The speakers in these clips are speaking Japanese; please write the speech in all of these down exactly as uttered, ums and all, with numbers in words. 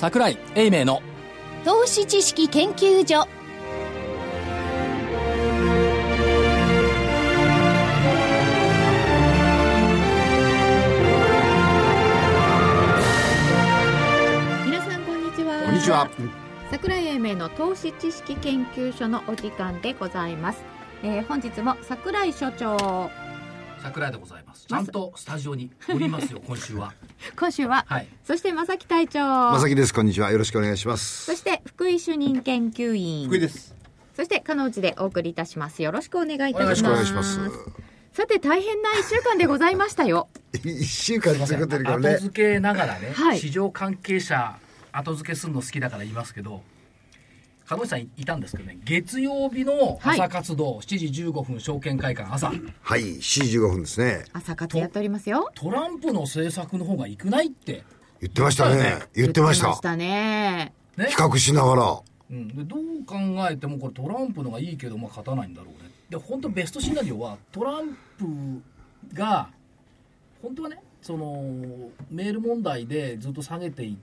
櫻井英明の投資知識研究所。 皆さんこんにちは。 こんにちは。 櫻井英明の投資知識研究所のお時間でございます。えー、本日も櫻井所長。 櫻井でございます。ちゃんとスタジオにおりますよ今週は。 今週は、はい、そして正木隊長。 正木です。こんにちは。よろしくお願いします。 そして福井主任研究員。 福井です。 そして鹿内でお送りいたします。よろしくお願いいたします。 よろしくお願いします。 さて大変ないっしゅうかんでございましたよ。 いっしゅうかん続けてるからね。 後付けながらね、 はい、 市場関係者後付けするの好きだから言いますけど、鹿野さんいたんですけどね、月曜日の朝活動、はい、しちじじゅうごふん証券会館朝、 はい、しちじじゅうごふんですね。 朝活やっておりますよ。 トランプの政策の方がいくないって言ってましたね。言ってました。 言ってましたね。 ね、比較しながら、 うん、でどう考えてもこれトランプのがいいけど、まあ、勝たないんだろうね。で本当ベストシナリオはトランプが本当はね、そのメール問題でずっと下げていって、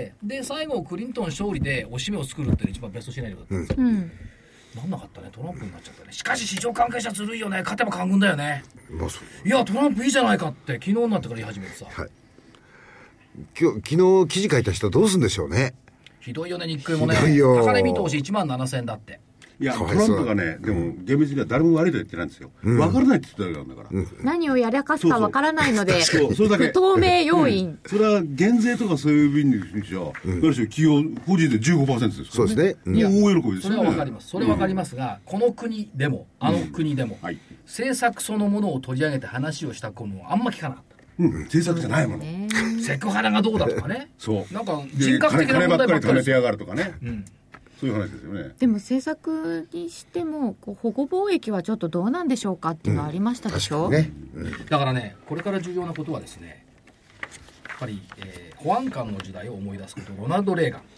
で最後クリントン勝利でおしめを作るっていうのが一番ベストシナリオだったんですよ、うん、なんなかったね。トランプになっちゃったね。しかし市場関係者ずるいよね。勝てば官軍だよね、まあ、いやトランプいいじゃないかって昨日になってから言い始めてさ、はい、 今日昨日記事書いた人どうするんでしょうね。 ひどいよね。日経もね、高値見通しいちまんななせんだって。 いやトランプがね、でも厳密には誰も悪いとは言ってないんですよ。分、うん、からないって言ってたんだから、うん、 何をやらかすか分からないので、 そうそうそれだけ不透明要因、 うん、それは減税とかそういう便にしちゃ、うん、企業個人で じゅうごパーセント ですからね。そうですね、うん、 いや大喜びですよね。 それは分かります。それは分かりますが、うん、この国でもあの国でも、うんはい、政策そのものを取り上げて話をした子もあんま聞かなかった。 うん、政策じゃないもの、 セクハラがどうだとかねそうなんか人格的な問題ばっかり金ばっかり貯めてやがるとかね、うん、そういう話ですよね。 でも政策にしてもこう保護貿易はちょっとどうなんでしょうかっていうのはありましたでしょ、うんねうん、だからねこれから重要なことはですね、やっぱり、えー、保安官の時代を思い出すこと。ロナルド・レーガン、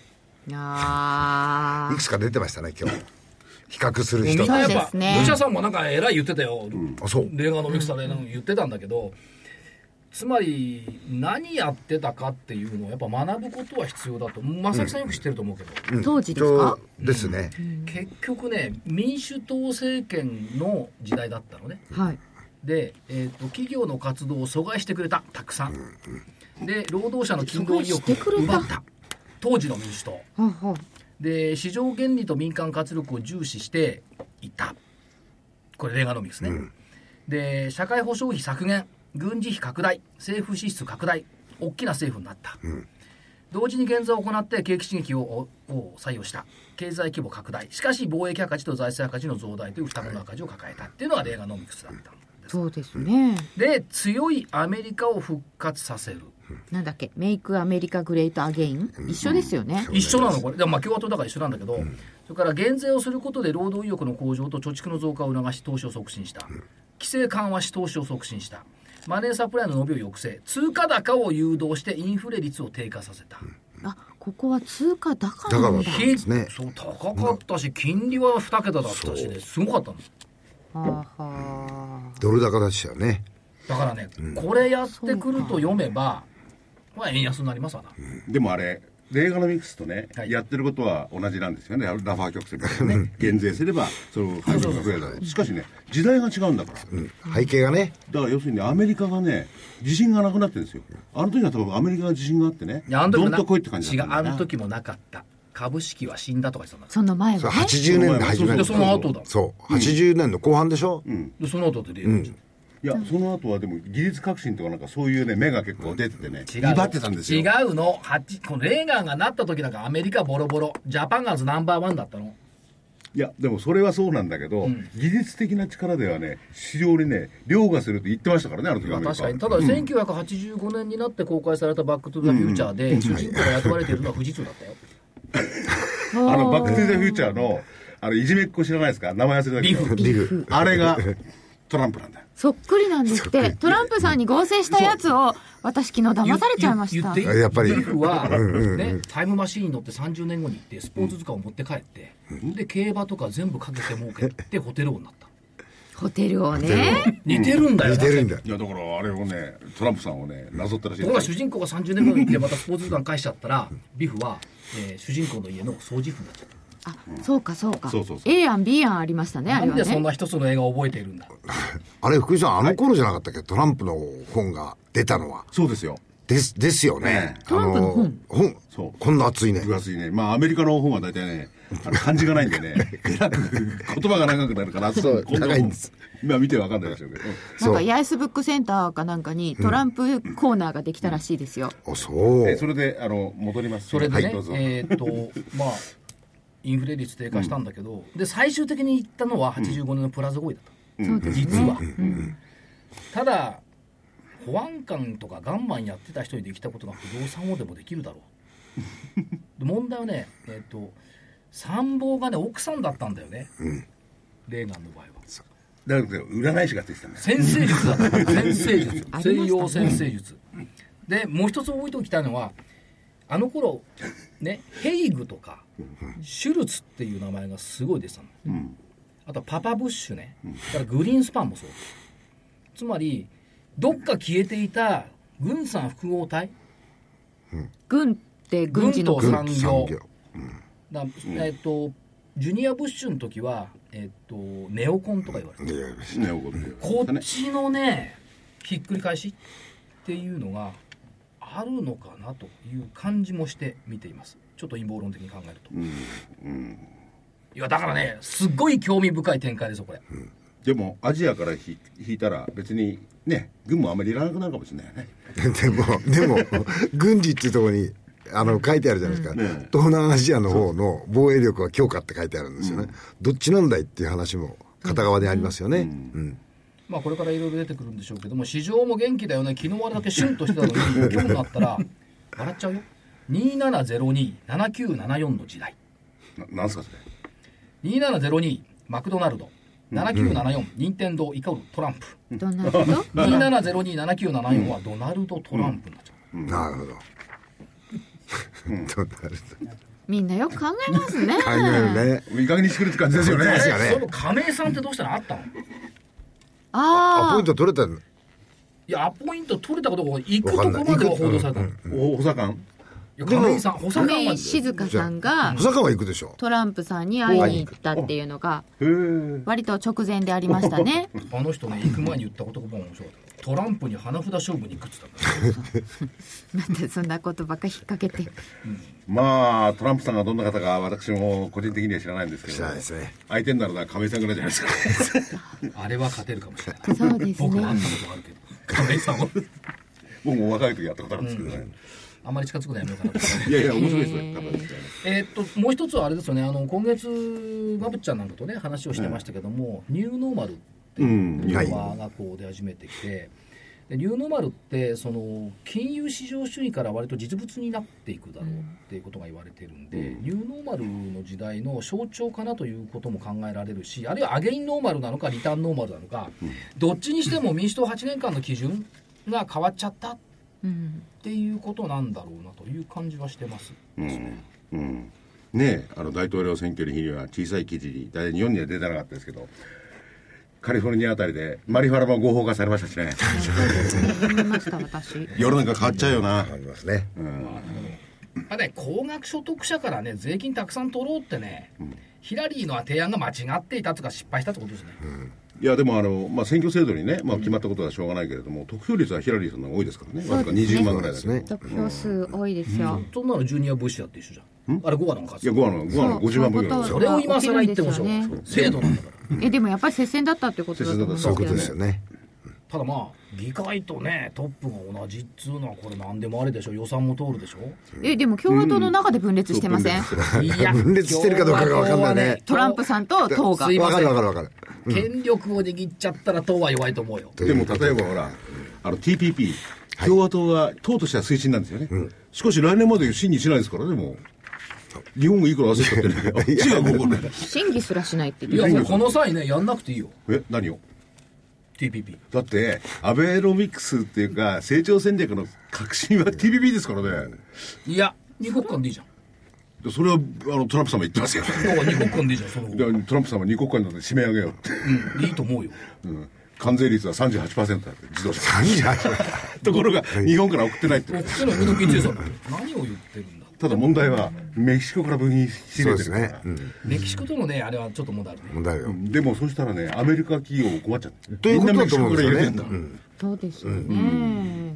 あいくつか出てましたね今日。比較する人みんなやっぱ、ね、吉田さんもなんか偉い言ってたよ、うん、 あそうレーガンのミクサレーガン言ってたんだけど、うん、つまり何やってたかっていうのをやっぱ学ぶことは必要だと。正木さんよく知ってると思うけど、 うん、当時ですかですね、 うん、結局ね民主党政権の時代だったのね、 はい、 で、えーと、企業の活動を阻害してくれた。たくさん、うん、で労働者の勤労意欲を奪った当時の民主党、 はあはあ、 で市場原理と民間活力を重視していた。これレーガノミクスね、うん、で社会保障費削減、軍事費拡大、政府支出拡大、大きな政府になった、うん、同時に減税を行って景気刺激をを採用した。経済規模拡大、しかし貿易赤字と財政赤字の増大という双子の赤字を抱えたっていうのがレーガノミクスだったんです。 そうですね。 で強いアメリカを復活させる、 なんだっけ、メイクアメリカグレートアゲイン、一緒ですよね、 うん、一緒なのこれ。でもまあ共和党だから一緒なんだけど、うん、それから減税をすることで労働意欲の向上と貯蓄の増加を促し投資を促進した、うん、規制緩和し投資を促進した、マネーサプライの伸びを抑制、通貨高を誘導してインフレ率を低下させた、 うん、あここは通貨高なんだ。 だですね、 そう高かったし、金利はに桁だったしね、すごかったんです。 はあはあ、 ドル高でしたよね。 だからね、うん、これやってくると読めばまあ、円安になりますわな、 うん、でもあれレーガノミクスとね、はい、やってることは同じなんですよね。ラファー曲線でね減税すればその配分が増える。しかしね時代が違うんだから、うん、 背景がね。 だから要するにアメリカがね自信がなくなってるんですよ。あの時は多分アメリカが自信があってね、どんと来いって感じだったんだよな。 違う、あの時もなかった。株式は死んだとか言ってたんだ。 その前はね、 はちじゅうねんだい始めでその後だ。 そうはちじゅうねんの後半でしょ、うん、 でその後で出る、うんいやその後はでも技術革新とかなんかそういうね目が結構出ててね威張ってたんですよ。 違うの、このレーガンがなった時なんかアメリカボロボロ、ジャパンガーズナンバーワンだったの。 いやでもそれはそうなんだけど、うん、技術的な力ではね市場にね凌駕すると言ってましたからねあの時アメリカは。 確かに。ただ、うん、せんきゅうひゃくはちじゅうごねんになって公開されたバックトゥザフューチャーで、うん、主人公が雇われているのは富士通だったよあのバックトゥザフューチャーのあのいじめっ子知らないですか、名前忘れたけどリフあれがトランプなんだよ。 そっくりなんですって。トランプさんに合成したやつを私昨日騙されちゃいました。 やっぱりリフは、ね、タイムマシーンに乗ってさんじゅうねんごに行ってスポーツ図鑑を持って帰って、うん、で競馬とか全部かけて儲けてホテル王になった。 ホテルをね似てるんだよ、 似てるんだよ。 いやだからあれをねトランプさんをねなぞったらしいところが主人公がさんじゅうねんごに行ってまたスポーツ時間返しちゃったらビフは、えー主人公の家の掃除婦になっちゃった。 あ、そうかそうか。 そうそうそう A 案 B 案ありましたね、あれはね。 なんでそんな一つの映画を覚えているんだ。 あれ、福井さん、あの頃じゃなかったっけ、トランプの本が出たのは。 そうですよ。 ですですよね。 ねトランプの本あの本そうこんな厚いね。 分厚いね。まあアメリカの本は大体ねあの漢字がないんでねえらく言葉が長くなるからそう今度長いんです今見てわかんないでしょうけどなんか八重洲ブックセンターかなんかにトランプコーナーができたらしいですよ。 あ、そう。 えそれであの戻ります。 それでね、 はい、どうぞ。 えーっとまあインフレ率低下したんだけど、で最終的に言ったのははちじゅうごねんのプラザ合意だった、 そうですね。 実は、 うんただ保安官とかガンマンやってた人にできたことが不動産をでもできるだろうで問題はね、えーっと参謀がね奥さんだったんだよね、レーガンの場合は。 だから占い師がついてたんです。 先生術だった先生術ありましたね西洋先生術でもう一つ覚えておきたいのはあの頃ねヘイグとかシュルツっていう名前がすごい出てたの、うん、あとパパブッシュね、うん、だからグリーンスパンもそう。つまりどっか消えていた軍産複合体、 うん、軍って軍事の軍と産業、 うん、 だ、えー、とジュニアブッシュの時は、えー、とネオコンとか言われてる、 ネオコンってこっちのねひっくり返しっていうのがあるのかなという感じもして見ています。ちょっと陰謀論的に考えると、うんうん、いやだからねすっごい興味深い展開ですよこれ、うん、 でもアジアから引いたら別にね軍もあんまりいらなくなるかもしれないよねでもでも軍事っていうところにあの書いてあるじゃないですか、うんね、東南アジアの方の防衛力は強化って書いてあるんですよね、うん、どっちなんだいっていう話も片側でありますよね、うんうんうんまあ、これからいろいろ出てくるんでしょうけども市場も元気だよね。昨日あれだけシュンとしてたのに今日になったら笑っちゃうよ。にーななゼロにーななきゅうななよんの時代な。なんすかそれ。 にーななゼロにーマクドナルドななきゅうななよん、うん、任天堂イコールトランプ。 ドナルドにーななゼロにーななきゅうななよんはドナルドトランプになっちゃう、 うんうん、なるほど、うん、ドナルドみんなよく考えますね。 考えるね。 いい加減にしてくれって感じですよね。ですよね。 その亀井さんってどうしたのあったの。 あアポイント取れたの。 いやアポイント取れたことが行くところまでは報道されたの、うんうん、 補佐官。 いや亀井さん補佐官は亀井静香さんが補佐官は行くでしょ。 トランプさんに会いに行ったっていうのが割と直前でありましたね。 あの人ね行く前に言った言葉も面白かった。トランプに花札勝負に行くって言ったんだなんでそんなことばっか引っ掛けて、 うん、まあトランプさんがどんな方か私も個人的には知らないんですけど、 知らないですね。 相手になるのは亀井さんぐらいじゃないですかあれは勝てるかもしれない。 そうですね。 僕は会ったことあるけど亀井さんは僕も若い時やったことあるんですけどね、うん、 あんまり近づくのやめようかなといやいや面白いですね、方ですよね。 えー、っともう一つはあれですよね。あの今月バブちゃんなんかとね話をしてましたけども、うん、ニューノーマルっていう言葉がこう出始めてきて、でニューノーマルってその金融市場主義から割と実物になっていくだろうっていうことが言われているんで、うん、ニューノーマルの時代の象徴かなということも考えられるし、あるいはアゲインノーマルなのかリターンノーマルなのか、うん、どっちにしても民主党はちねんかんの基準が変わっちゃったっていうことなんだろうなという感じはしてますですね、 うんうん、ねえあの大統領選挙の日には小さい記事に大体日本には出てなかったですけどカリフォルニアあたりでマリファナも合法化されましたしね世の中変わっちゃうよな。 ありますね、うん、 まあね高額所得者からね税金たくさん取ろうってね、うん、ヒラリーの提案が間違っていたとか失敗したってことですね、うん、 いやでもあの、まあ、選挙制度にね、まあ、決まったことはしょうがないけれども、うん、得票率はヒラリーさんの方が多いですからね。わずかにじゅうまんぐらいですね。 得票数多いですよ、 うん、そんなのジュニアブッシュだって一緒じゃん、んあれゴアの勝つ。 いやゴアのゴアのごじゅうまんぶんぐらい。 それを今更言ってもしょうがない、制度なんだからえでもやっぱり接戦だったってことだと思うんですけど、 そういうことですよね。 ただまあ議会とねトップが同じっつうのはこれ何でもありでしょ。予算も通るでしょ。 えでも共和党の中で分裂してません、 うん、いや分裂してるかどうかが分かんないね。 トランプさんと党が分かる分かる分かる、 うん、権力を握っちゃったら党は弱いと思うよ。 でも例えばほらあの ティーピーピー 共和党は党としては推進なんですよね、うん、しかし来年まで審議しないですからね。もう日本がいくら焦ったってね違うここね審議すらしないって言って。 いやもうこの際ねやんなくていいよ。 え何をティーピーピーだってアベノミクスっていうか成長戦略の核心は ティーピーピー ですからね。 いやにこく間でいいじゃん。 それはあのトランプさんも言ってますよ。 だから二国間でいいじゃんそのトランプさんは二国間なので締め上げようって、 うん、いいと思うよ、 うん、関税率は さんじゅうはちパーセント だって自動車さんじゅうはちところが日本から送ってないって送ってないみの金さん何を言ってるんだ。 ただ問題はメキシコから部品仕入れてるから、ね、うん、 メキシコとのねあれはちょっと問題あるね。 問題よ、 うん、でもそうしたらねアメリカ企業困っちゃってということだと思うんですよね。 そうですよね、うん、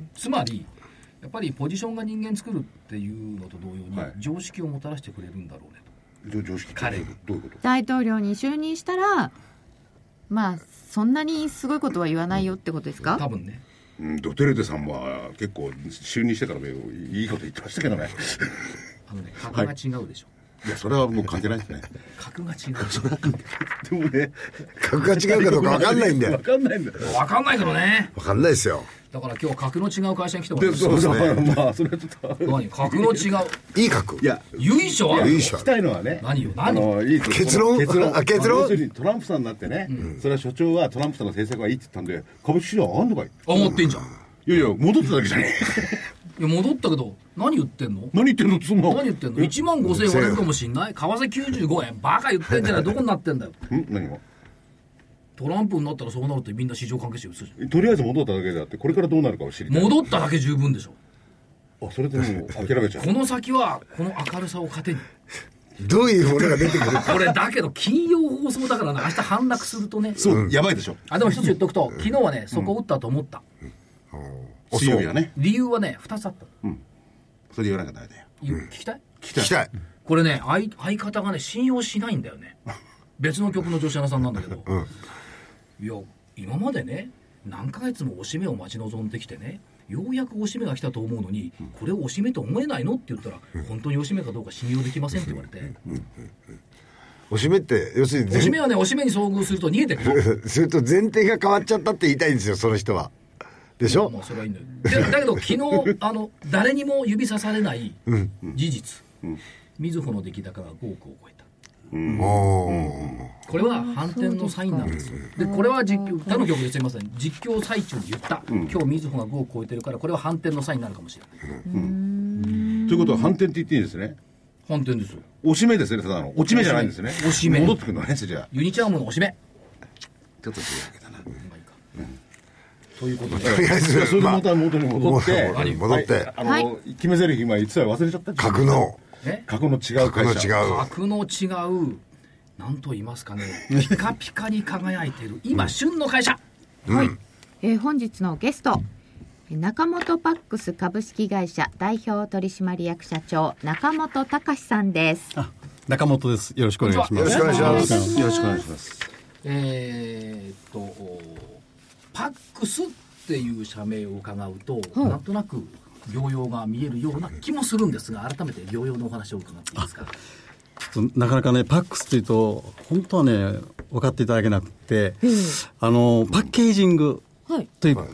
つまりやっぱりポジションが人間作るっていうのと同様に、はい、常識をもたらしてくれるんだろうねと。 常識彼どういうこと。 大統領に就任したらまあそんなにすごいことは言わないよってことですか。 多分ね、 うん、ドテルテさんは結構就任してからもいいこと言ってましたけどねあのね格が違うでしょ、 はい、いやそれはもう関係ないですね格が違うそれは関係でもね格が違うかどうか分かんないんだよ。 分かんないんだよ。 分かんないけどね。 分かんないですよ。 だから今日格の違う会社に来てもらう。 そうそう、ね、まあそれはちょっと何格の違ういい格。 いや由緒ある。 聞きたいのはね何よ何あのいい結論結論あ結論要するにトランプさんになってね、うん、それは所長はトランプさんの政策がいいって言ったんで株式市場上がんのかい。 あ持ってんじゃん。いやいや戻っただけじゃねえいや戻ったけど何言ってんの。 何言ってんのそんな何言ってんの。いちまんごせんえん割れるかもしんない。為替きゅうじゅうごえんバカ言ってんじゃない。どこになってんだよん何が。 トランプになったらそうなるってみんな市場関係者言うじゃん。 とりあえず戻っただけであってこれからどうなるかを知りたい。 戻っただけ十分でしょ。 あそれでもう諦めちゃうこの先はこの明るさを糧にどういうものが出てくるこれだけど金曜放送だからね明日反落するとね。 そう、うん、やばいでしょ。 あでも一つ言っとくと、うん、昨日はねそこ打ったと思った、うんうん、水曜日はね理由はねふたつあった、 うん、それ言わなきゃダメだよ、 うん、聞きたい聞きたいこれね 相, 相方がね信用しないんだよね別の局の女子アナさんなんだけど、うん、いや今までね何ヶ月もおしめを待ち望んできてねようやくおしめが来たと思うのに、うん、これをおしめと思えないのって言ったら、うん、本当におしめかどうか信用できませんって言われて、うんうんうん、 おしめって要するにおしめはねおしめに遭遇すると逃げてくるすると前提が変わっちゃったって言いたいんですよその人はでしょ。 まあ、それはいいんだよ。だけど昨日あの誰にも指さされない事実、うんうん、みずほの出来高がごおくを超えた、うん、これは反転のサインなんですよ。でこれは実況他の局ですいません実況最中に言った、うん、今日みずほがごを超えてるからこれは反転のサインになるかもしれない、うんうん、ということは反転って言っていいんですね。 反転ですよ。 おしめですね。ただのおしめじゃないんですね。 おしめ戻ってくるのね。じゃあユニチャームのおしめちょっと違うわけだな、うんということでそれでまた元に戻って、 まあ、戻って、はい、 あの、はい、決め台詞今言ってたら忘れちゃった。 格の格の違う会社格の違う何と言いますかねピカピカに輝いている今、うん、旬の会社、 はい、えー、本日のゲスト中本パックス株式会社代表取締役社長中本隆さんです。 あ、中本です。よろしくお願いします。 よろしくお願いします。 よろしくお願いします。 えー、っとパックスっていう社名を伺うと、うん、なんとなく業用が見えるような気もするんですが改めて業用のお話を伺っていいですか。 ちょっとなかなかねパックスというと本当はね分かっていただけなくて、うん、あのパッケージングという、はい、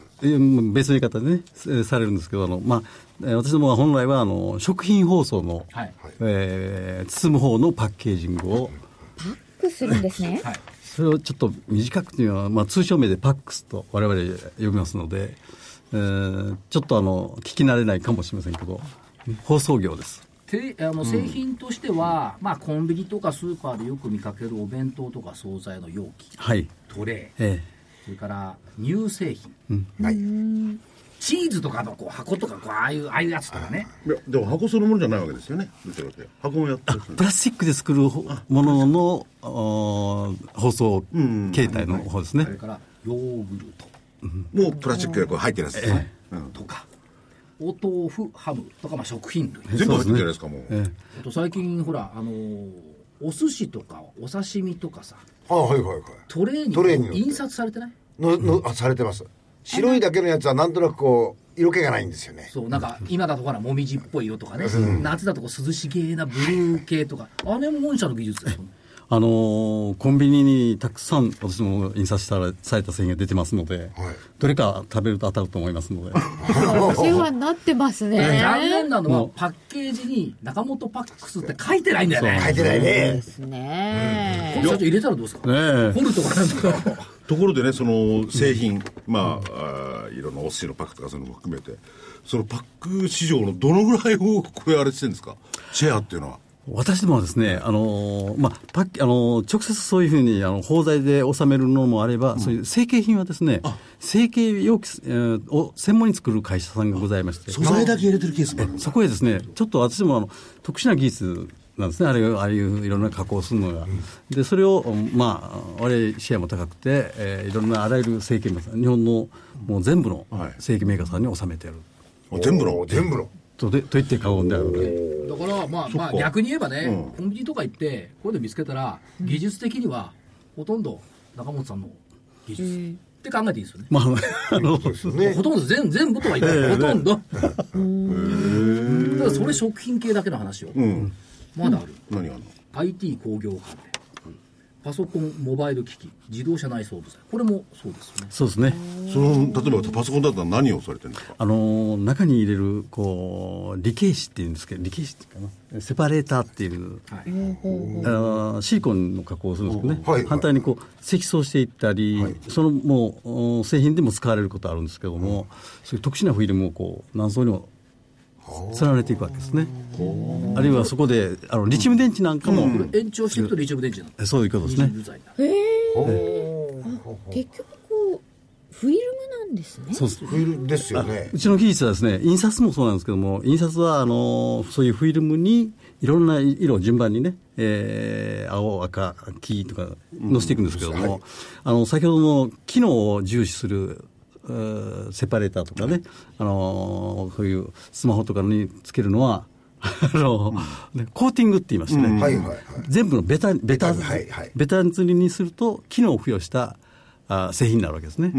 別の言い方でねされるんですけどあの、まあ、私どもは本来はあの食品包装の、はい、えー、包む方のパッケージングをパックするんですね、 はい、それをちょっと短くというのは、まあ、通称名でパックスと我々呼びますので、えー、ちょっとあの聞き慣れないかもしれませんけど包装業です。 てあの製品としては、うん、まあ、コンビニとかスーパーでよく見かけるお弁当とか惣菜の容器、 はい、 トレー、 ええ、 それから乳製品、 うんはい、チーズとかのこう箱とかこうああいうああいうやつとかね。 いやでも箱そのものじゃないわけですよね。箱もやってる、 プラスチックで作るものの包装形態の方ですね。 それからヨーグルト、 うん、もうプラスチックがこう入ってるやつですね、 ええ、うん、とかお豆腐ハムとか、まあ、食品類全部入ってるじゃないですかもう、ええ、 あと最近ほらあのー、お寿司とかお刺身とかさ、 あ、はいはいはい、 トレーに印刷されてないのの、あ、されてます。白いだけのやつはなんとなくこう色気がないんですよね。 そうなんか今だとほらもみじっぽい色とかね、うん、夏だとこう涼しげなブルー系とかあれも御社の技術ですよ。 あのー、コンビニにたくさん私も印刷したされた製品が出てますので、はい、どれか食べると当たると思いますのでお世話になってますね。 残念なのはパッケージに中本パックスって書いてないんだよね。 書いてないねですね、 うん、これ社長入れたらどうですか、ね、掘るとかなんとかところでねその製品、うん、まあ、あいろんなお寿司のパックとかそういうのも含めてそのパック市場のどのぐらいをこれあれしてるんですかシェアっていうのは。 私どもはですね、あのまあ、パッあの直接そういうふうにあの包材で収めるのもあれば、うん、そういう成形品はですね、成形容器、えー、を専門に作る会社さんがございまして、 素材だけ入れてるケースもある。 そこへですね、ちょっと私どもあの特殊な技術なんですね、あれああいういろんな加工をするのが、うん、でそれを、まあ、我々シェアも高くて、えー、いろんなあらゆる成形メーカー、日本のもう全部の成形メーカーさんに収めてやる、 はい、全部の全部のと, でと言って過言であるので、 だからまあ、まあ、逆に言えばね、うん、コンビニとか行ってこれで見つけたら技術的にはほとんど中本さんの技術、うんって考えていいですよね。まあ、あの、ね、ほとんど 全, 全部とは言ってない、ほとんど。ただそれ食品系だけの話よ。うん、まだある。 何があるの？ アイティー 工業関連。パソコン、モバイル機器、自動車内装部材。これもそうですよね。 そうですね。 その、例えばパソコンだったら何をされてるんですか？ あの、中に入れる、こう、理系子っていうんですけど、理系子っていうかな。セパレーターっていう、はい、あシリコンの加工をするんですけどね。はいはい、反対にこう、積層していったり、はい、そのもう、製品でも使われることあるんですけども、うん、そういう特殊なフィルムをこう、何層にもつられていくわけですね。あるいはそこであのリチウム電池なんかも、うん、 延長していくとリチウム電池なの。 そういうことですね。 へえ。結局こうフィルムなんですね。 そうです。フィルムですよね。 うちの技術はですね、印刷もそうなんですけども、印刷はあのそういうフィルムにいろんな色を順番にね、えー、青、赤、黄とか載せていくんですけども、うんはい、あの先ほどの機能を重視するセパレーターとかね、あのー、そういうスマホとかにつけるのはあの、うん、コーティングって言いましてね、うんはいはいはい、全部のベタベタ、はいはい、ベタ釣りにすると機能を付与したあ製品になるわけですね、うん、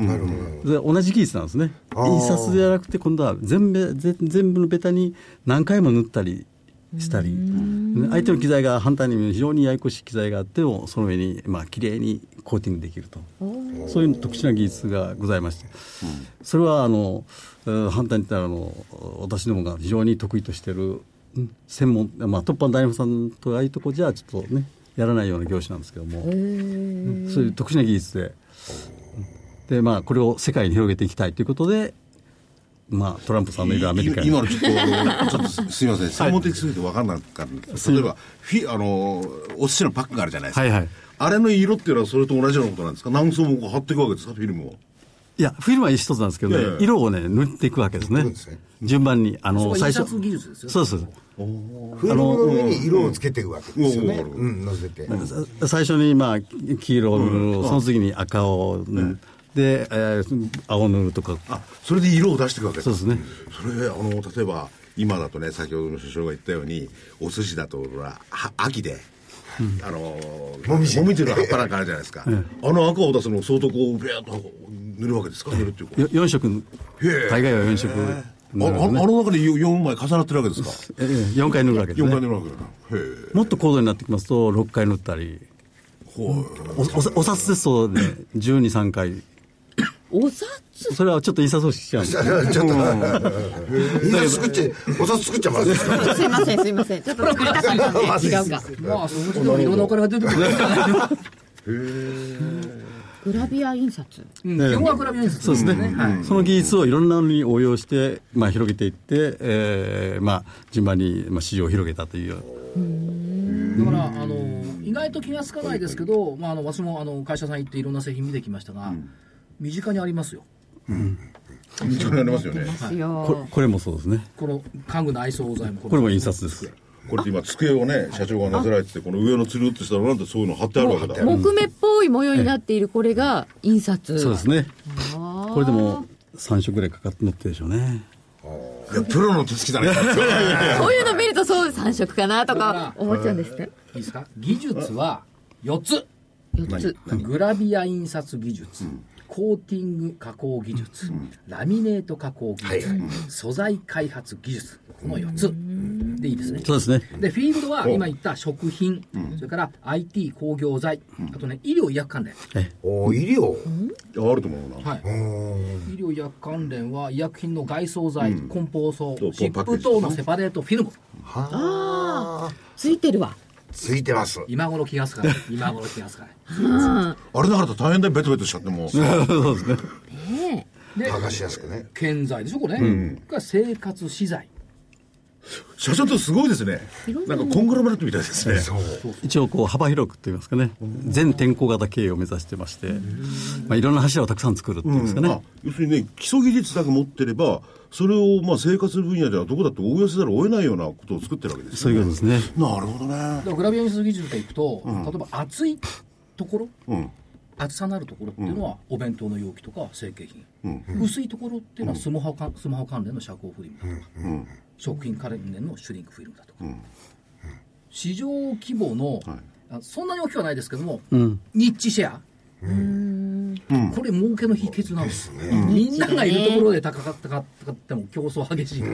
で同じ技術なんですね。印刷ではなくて今度は全部、全部のベタに何回も塗ったりしたり、相手の機材が反対に非常にややこしい機材があってもその上にまあ綺麗にコーティングできると、そういう特殊な技術がございまして、うん、それはあの反対に言ったらあの私どもが非常に得意としている専門、まあ、突破の大夫さんとああいうとこじゃちょっとねやらないような業種なんですけども、そういう特殊な技術で、で、まあ、これを世界に広げていきたいということで、まあ、トランプさんのいるアメリカに今のちょっとちょっとすみません、専門的すぎて分からなかったんですけど、例えばフィあのお寿司のパックがあるじゃないですか、はいはい、あれの色っていうのはそれと同じようなことなんですか？何層もこう貼っていくわけですか、フィルムを？ いや、フィルムは一つなんですけどね、いやいや色をね塗っていくわけですね、順番に。あの最初印刷技術ですよね。 そうです。 フィルムの上に色をつけていくわけですよね、うんうん、乗せて最初にまあ黄色を塗る、うん、その次に赤を塗る、うんで、えー、青塗るとか。 あ、それで色を出していくわけですか？ そうですね。 それあの例えば今だとね、先ほどの首相が言ったようにお寿司だとは秋で、うん、あのもみじもみじの葉っぱなんかあるじゃないですか、うん、あの赤を出すのを相当こうビャーッと塗るわけですか？塗るっていうかよん色、大概はよん色、ね、 あ, あ, あの中でよんまい重なってるわけですか？ ええ、よんかい塗るわけですね。 よんかい塗るわけだ。へえ。 もっと高度になってきますとろっかい塗ったり、お, お, お札ですとねじゅうに、さんかい。 お札？ それはちょっと印刷をしちゃうんです。 ちょっと印刷作っちゃお札作っちゃまずいですか？ すいませんすいません、ちょっと作りたかったんで違うか。 まあそのうちでもいろんなお金が出てくるんじゃないの。へえ。グラビア印刷、 うん、基本はグラビア印刷、 そうですね、はい、その技術をいろんなのに応用して、まあ、広げていって、えーまあ、順番に、まあ、市場を広げたという。 うーん、だからあの意外と気がつかないですけど、まあ、あの私もあの会社さん行っていろんな製品見てきましたが、うん、身近にありますよ、 うん、身近にありますよね、 はい、こ, これもそうですね。 この家具内装材もこれも印刷です。 これ今机をね社長がなぜられてて、この上のつるっとしたのなんてそういうの貼ってあるわけだ。 木目っぽい模様になっているこれが印刷、 そうですね。これでもさん色ぐらいかかって乗ってるでしょうね。 いやプロの手つきだね。 こういうの見るとそうさん色かなとか思っちゃうんですね。 いいですか？技術はよっつ。よっつ。 グラビア印刷技術、うん、コーティング加工技術、うん、ラミネート加工技術、はいはい、素材開発技術、このよっつでいいですね。 そうですね。 でフィールドは今言った食品、うん、それから アイティー 工業材、うん、あとね医療医薬関連。 お医療、 うん、あると思うな、 はい、医療医薬関連は医薬品の外装材、うん、梱包装、シップ等のセパレートフィルム。 はあ、ついてるわ。 ついてます。 今頃気がつかない。今頃気がつかない。 あれだから大変だよ、ベトベトしちゃっても。そうですね。 ねえ。 剥がしやすくね。 建材でしょこれ、ね。うん、が生活資材。 社長ってすごいですね。なんかコングロマレットみたいですね。 そう一応こう幅広くといいますかね、全天候型経営を目指してまして、まあ、いろんな柱をたくさん作るっていうんですかね、うん、あ要するにね、基礎技術だけ持ってればそれをまあ生活分野ではどこだって応用せざるを得ないようなことを作ってるわけですよね。 そういうことですね。 なるほどね。 だからグラビア印刷技術でいくと、うん、例えば厚いところ、 うん、 厚さのあるところっていうのはお弁当の容器とか成型品、うん、薄いところっていうのはスマホか、スマホ関連の遮光フィルムだとか、うん、食品関連のシュリンクフィルムだとか、うん、市場規模の、はい、そんなに大きくはないですけども、うん、ニッチシェア、うーん、これ儲けの秘訣なんですね、うん、みんながいるところで高かったかっても競争激しい、うんうん、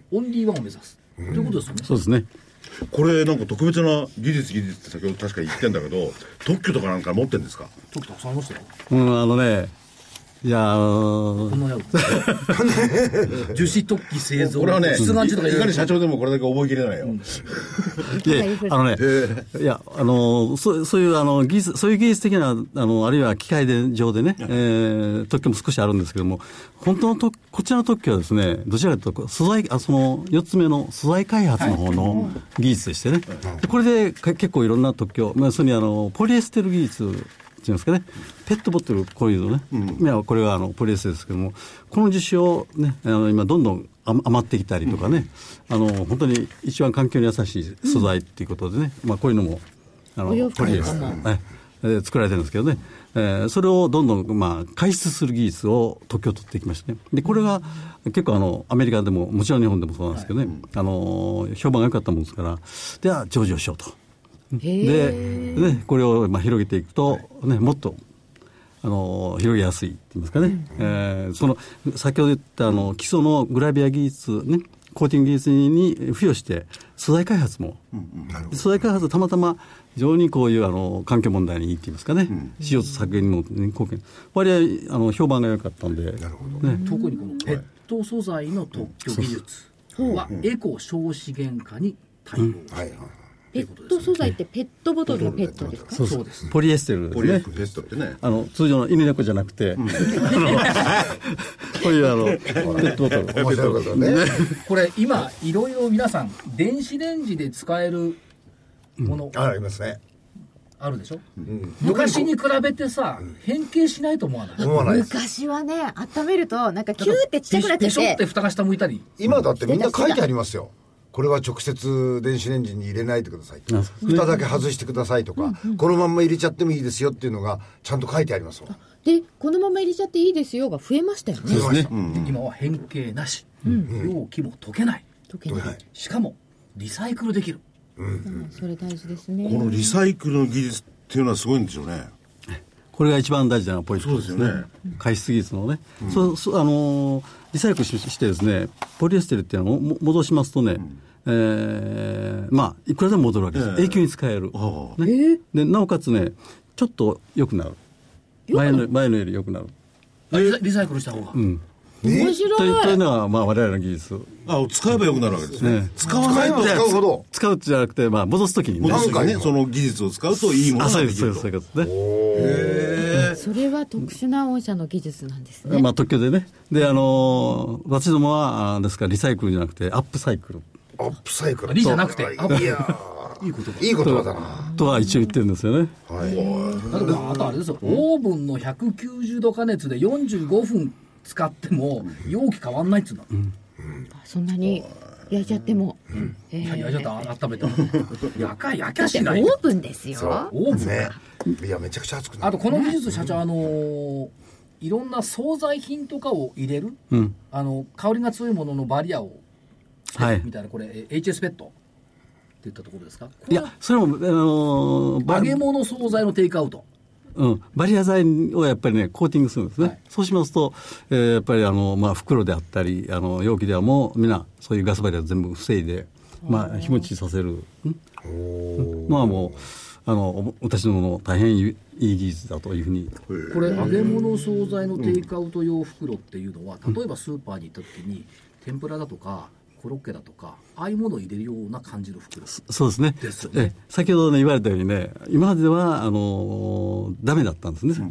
オンリーワンを目指す、うん、ということですよね。 そうですね。 これなんか特別な技術技術って先ほど確か言ってんだけど特許とかなんか持ってるんですか？ 特許たくさんありましたよ。 うんあのねいやこんなやつ樹脂突起製造これはね出願中とかいかに社長でもこれだけ覚えきれないよ、うん、 いやあのねいやあのそそういうあの技術そういう技術的なあのあるいは機械で上でね、えー、特許も少しあるんですけども本当のとこちらの特許はですねどちらかというと素材あそのよっつめの素材開発の方の技術でしてね、はい、でこれで結構いろんな特許まあそれにあのポリエステル技術っていうんですかね、ペットボトルこういうのね、うん、いやこれはあのポリエステルですけどもこの樹脂をねあの今どんどん余ってきたりとかね、うん、あの本当に一番環境に優しい素材っていうことでね、うん、まあこういうのもあのポリエステル、ねえー、作られてるんですけどね、えー、それをどんどんまあ開出する技術を特許を取っていきましてねでこれが結構あのアメリカでももちろん日本でもそうなんですけどね、はい、あの評判が良かったもんですからでは上場しようと。で、ね、これをまあ広げていくと、ね、もっとあの広げやすいって言いますかね、うんえー、その先ほど言ったあの基礎のグラビア技術、ね、コーティング技術に付与して素材開発も、うんうん、素材開発はたまたま非常にこういうあの環境問題にいいって言いますかね、うん、シーオーツー 削減にも、ね、貢献割合あの評判が良かったんでなるほど、ね、 特にこのペット素材の特許技術はエコ省資源化に対応、うんはいはいペット素材ってペットボトルのペットですか？ そうそうです。ポリエステルですね。 ポリエステルってね。 あの通常の犬猫じゃなくて、うん、こういうあのペットボトル。 面白いことね。 これ今いろいろ皆さん電子レンジで使えるもの、 うん、ありますね。 あるでしょ、うん、昔に比べてさ、うん、変形しないと思わない？ 思わない。昔はね温めるとなんかキューってちっちゃくなっちゃってペショって蓋が下向いたり今だってみんな書いてありますよ。これは直接電子レンジに入れないでくださいと、蓋だけ外してくださいとか、うんうん、このまんま入れちゃってもいいですよっていうのがちゃんと書いてありますわ。 でこのまま入れちゃっていいですよが増えましたよね。 増えました、うんうん、今は変形なし、うん、容器も溶けない、溶けないしかもリサイクルできる、 うんうん、それ大事ですね。 このリサイクルの技術っていうのはすごいんでしょうね。 これが一番大事なポイントですね。そうですよね。排出技術のね、うん、そそあのー、リサイクルしてですね、ポリエステルっていうのを戻しますとね、うん、えー、まあいくらでも戻るわけです。えー、永久に使える。ね、えー、でなおかつね、ちょっと良くなる。前の前のより良くなる。 リサイクルした方が。うん。 面白い。 というのはまあ我々の技術。 あ、使えば良くなるわけですね。ね使わないと使うほど使うじゃなくてまあ戻すときにね。 戻すときね、その技術を使うといいものができると。 そういうことですね。 へー。それは特殊な御社の技術なんですね。 まあ特許でね。であの私どもはですからリサイクルじゃなくてアップサイクル。 アップサイクル。 リじゃなくて。 いやいい言葉。いい言葉だな。 とは一応言ってるんですよね。はい。 例えばあとあれですよ。オーブンのひゃくきゅうじゅうど加熱でよんじゅうごふん使っても容器変わんないっつうんだ、うんうん、 そんなに焼いちゃっても、 うんえー、焼いちゃった温めても焼か焼きゃしないオーブンですよ。 オーブンね。いやめちゃくちゃ熱くなる。 あとこの技術社長あのー、いろんな惣菜品とかを入れる、うん、あの香りが強いもののバリアをはい、 みたいなこれ エイチエス ペットって言ったところですか？ いやそれも、あのー、 揚げ物惣菜のテイクアウト、 うん、バリア剤をやっぱりねコーティングするんですね、はい、そうしますと、えー、やっぱりあの、まあ、袋であったりあの容器ではもうみんなそういうガスバリアを全部防いで、まあ、日持ちさせるのはもうあの私どもの大変いい技術だというふうに。 これ揚げ物惣菜のテイクアウト用袋っていうのは、うん、例えばスーパーに行った時に天ぷらだとかコロッケだとかああいうものを入れるような感じの袋ですよね。 そうですね。え先ほど、ね、言われたようにね今まではあのダメだったんですね、うん、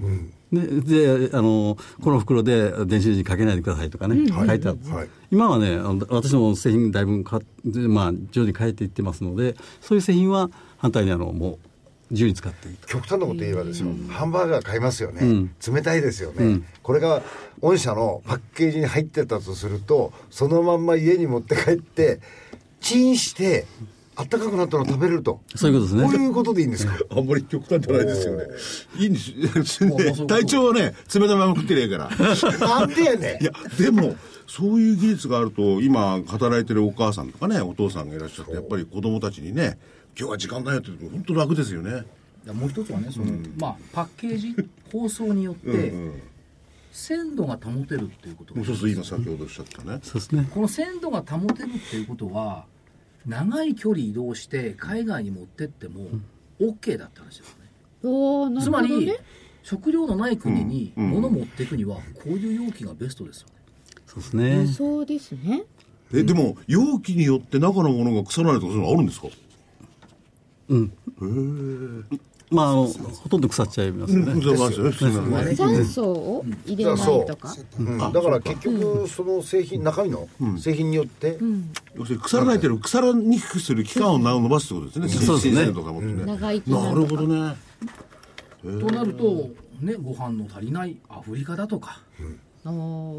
でであのこの袋で電子レンジにかけないでくださいとかね、うん、書いてあるんです、はい、今はね私の製品だいぶか、まあ、徐々に変えていってますので、そういう製品は反対にあのもう自由に使っていいと。 極端なこと言えばですよ、うん、ハンバーガー買いますよね、うん、冷たいですよね、うん、これが御社のパッケージに入ってたとすると、そのまんま家に持って帰ってチンしてあったかくなったのを食べれると、 そういうことですね。 こういうことでいいんですか？ あんまり極端じゃないですよね。いいんですね。体調はね、冷たいまま食ってりゃいいからなんでやねん。 いやでもそういう技術があると、今働いてるお母さんとかね、お父さんがいらっしゃって、やっぱり子供たちにね、今日は時間ないよって言うと本当楽ですよね。 いやもう一つはね、その、うん、まあパッケージ包装によってうん、うん、鮮度が保てるっていうことが、 そうそう、今先ほどおっしゃったね、 そうですね。 この鮮度が保てるっていうことは、長い距離移動して海外に持ってっても OK だって話ですね、 うん、 つまり食料のない国に物を持っていくにはこういう容器がベストですよね、 そうですね。 そうですね。 え、でも容器によって中のものが腐らないとかそういうのあるんですか？ うん。へえ。まあ、あのほとんど腐っちゃいますね。うん、 ね、酸素を入れないとか、 うんうん、だから結局その製品、中身の製品によって、うん、 要するに腐らないけど腐らにくくする期間を伸ばすってことですね、 そうですね。 とかもってね、 長生きなるほどね。 となると、ね、ご飯の足りないアフリカだとか、うん、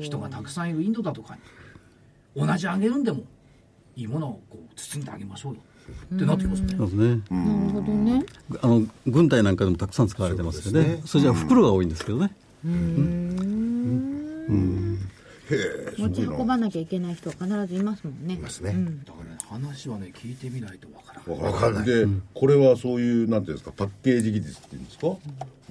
人がたくさんいるインドだとかに同じあげるんでもいいものをこう包んであげましょうよってなってきますね。 そうですね。 なるほどね。 あの軍隊なんかでもたくさん使われてますよね。そ, ねそれじゃ袋が多いんですけどね。 うーん。うん。へえ。持ち運ばなきゃいけない人は必ずいますもんね。 いますね。 うん、だからね、話はね聞いてみないとわからない。 わからない。で、うん、これはそういうなんていうんですか、パッケージ技術っていうんですか。うん、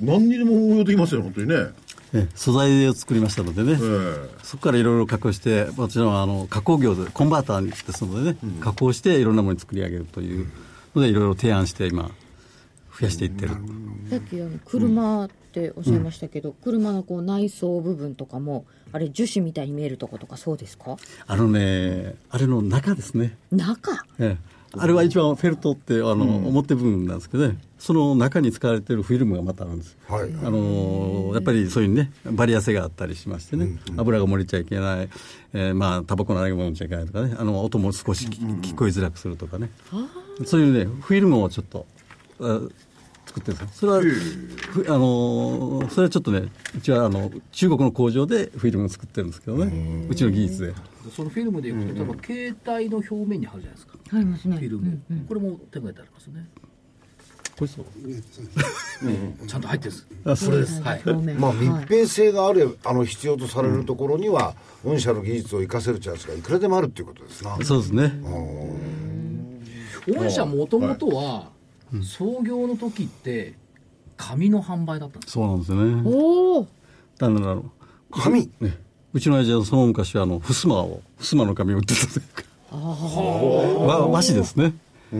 何にでも応用できますよ本当にね。 え素材を作りましたのでね、えー、そこからいろいろ加工して、もちろんあの加工業でコンバーターですのでね、うん、加工していろんなものに作り上げるというのでいろいろ提案して今増やしていってる。 さっきあの車っておっしゃいましたけど、うん、車のこう内装部分とかもあれ樹脂みたいに見えるとことかそうですか？あのね、あれの中ですね。 中？ ええ、あれは一番フェルトってあの、うん、表部分なんですけどね、その中に使われているフィルムがまたあるんです、はい、あのやっぱりそういうねバリア性があったりしましてね、うん、油が漏れちゃいけない、えー、まあタバコのあれが漏れちゃいけないとかね、あの音も少し聞こえづらくするとかね、うん、そういうねフィルムをちょっと作ってるんですよ。それはあのそれはちょっとね、うちはあの中国の工場でフィルムを作ってるんですけどね、うちの技術で。 そのフィルムでいくと、例えば携帯の表面に貼るじゃないですか。 ありますね。 フィルム、うんうん、これも手がいてありますね。 これそう、 うん、ちゃんと入ってるんです。あ、それです。はい。 まあ密閉性がある、あの必要とされるところには、御社の技術を生かせるチャンスがいくらでもあるっていうことですな。 そうですね。 御社もともとは創業の時って紙の販売だったんです。 そうなんですよね。 おお。 なんだろう。 紙。 ね。うちの親父はその昔はあの襖を襖の紙を売ってたというか。ああ。和紙ですね。うん。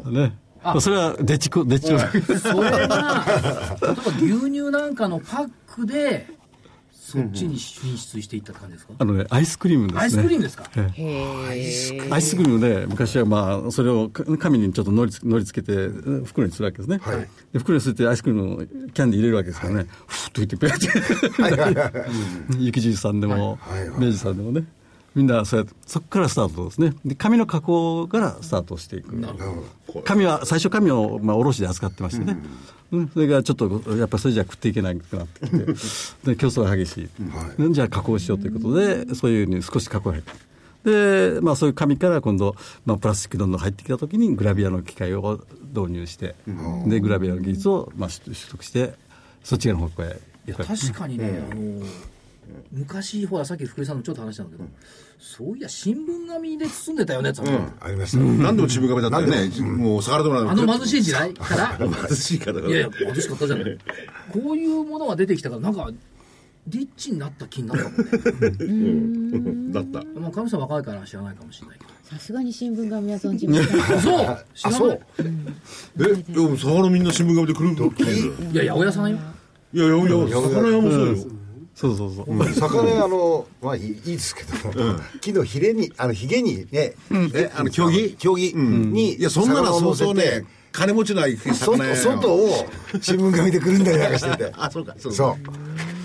ね。それはデッチコデッチコ。 それは例えば牛乳なんかのパックでそっちに進出していった感じですか？ あのね、アイスクリームですね。 アイスクリームですか？ へアイスクリーム。アイスクリームで昔はまあそれを紙にちょっとのりのりつけて袋にするわけですね。はい、で袋にするってアイスクリームのキャンディー入れるわけですからね。はい、ふっといってペッて。雪印さんでも、はいはい、明治さんでもね。みんなそうやってそこからスタートですね。で紙の加工からスタートしていく。なるほど。紙は最初紙をまあ卸で扱ってましてね、うんうん、それがちょっとやっぱりそれじゃ食っていけなくなってきてで競争が激しい、はい、じゃあ加工しようということでそういうふうに少し加工が入ってで、まあ、そういう紙から今度、まあ、プラスチックどんどん入ってきたときにグラビアの機械を導入して、うん、でグラビアの技術をまあ取得してそっち側の方向へ。 いや確かにね、うん、あの昔ほらさっき福井さんのちょっと話したんだけど、うん、そういや新聞紙で包んでたよねって、うん、 ありました、 うん、何でも新聞紙だったよね、うん、もう逆らってもらうあの貧しい時代から貧しいからいやいや貧しかったじゃないこういうものが出てきたからなんかリッチになった気になったもんねうんだった、 まあ、神さん若いから知らないかもしれないけどさすがに新聞紙は存じませんそう知らない、 うん、えでも魚みんな新聞紙でくるんだいや八百屋さんよいやいやいや魚屋もそうよ、うんそうそうそう、 うん、魚あのまあいいですけど、うん、木のひれにあのひげにね、 うん、えあの競技競技に、 うん、いやそんなの相当ね金持ちない魚屋外を新聞紙でくるんだりなんかしててあそうかそうそう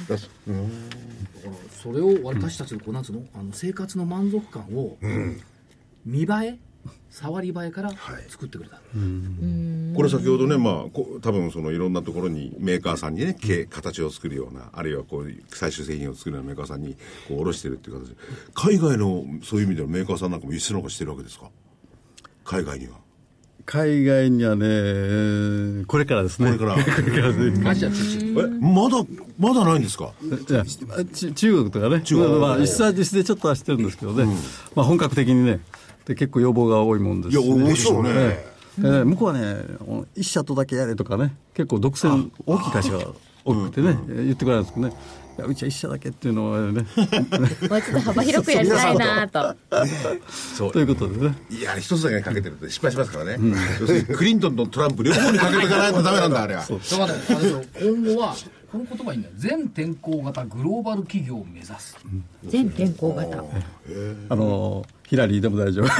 それを私たちのこうなんつうの、あの生活の満足感を見栄え、触り映えから作ってくれた、はい、 これ先ほどね、まあ、こ多分そのいろんなところにメーカーさんにね、形, 形を作るような、あるいはこう最終製品を作るようなメーカーさんにこう卸してるっていう形で、海外のそういう意味でのメーカーさんなんかも輸出なんかしてるわけですか？海外には。 海外にはね、これからですね。 これから。これからアジア中心。 え、まだ、まだないんですか？ いや中国とかね、中国、まあ、輸出は輸出でちょっとはしてるんですけどね、うん、まあ、本格的にね、で結構要望が多いもんです、ね。 いや、多いでしょうね。 えー、向こうはね、一社とだけやれとかね、結構独占、大きい会社が多くてね、うん、言ってくれるんですけどね。いやうちは一社だけっていうのはねもうちょっと幅広くやりたいなとそうということでね、 いや一つだけかけてると失敗しますからね、うん、要するにクリントンとトランプ両方にかけていかないとダメなんだあれは。 そうだから今後はこの言葉いいんだよ、全天候型グローバル企業を目指す、うん、 全天候型、 あのヒラリーでも大丈夫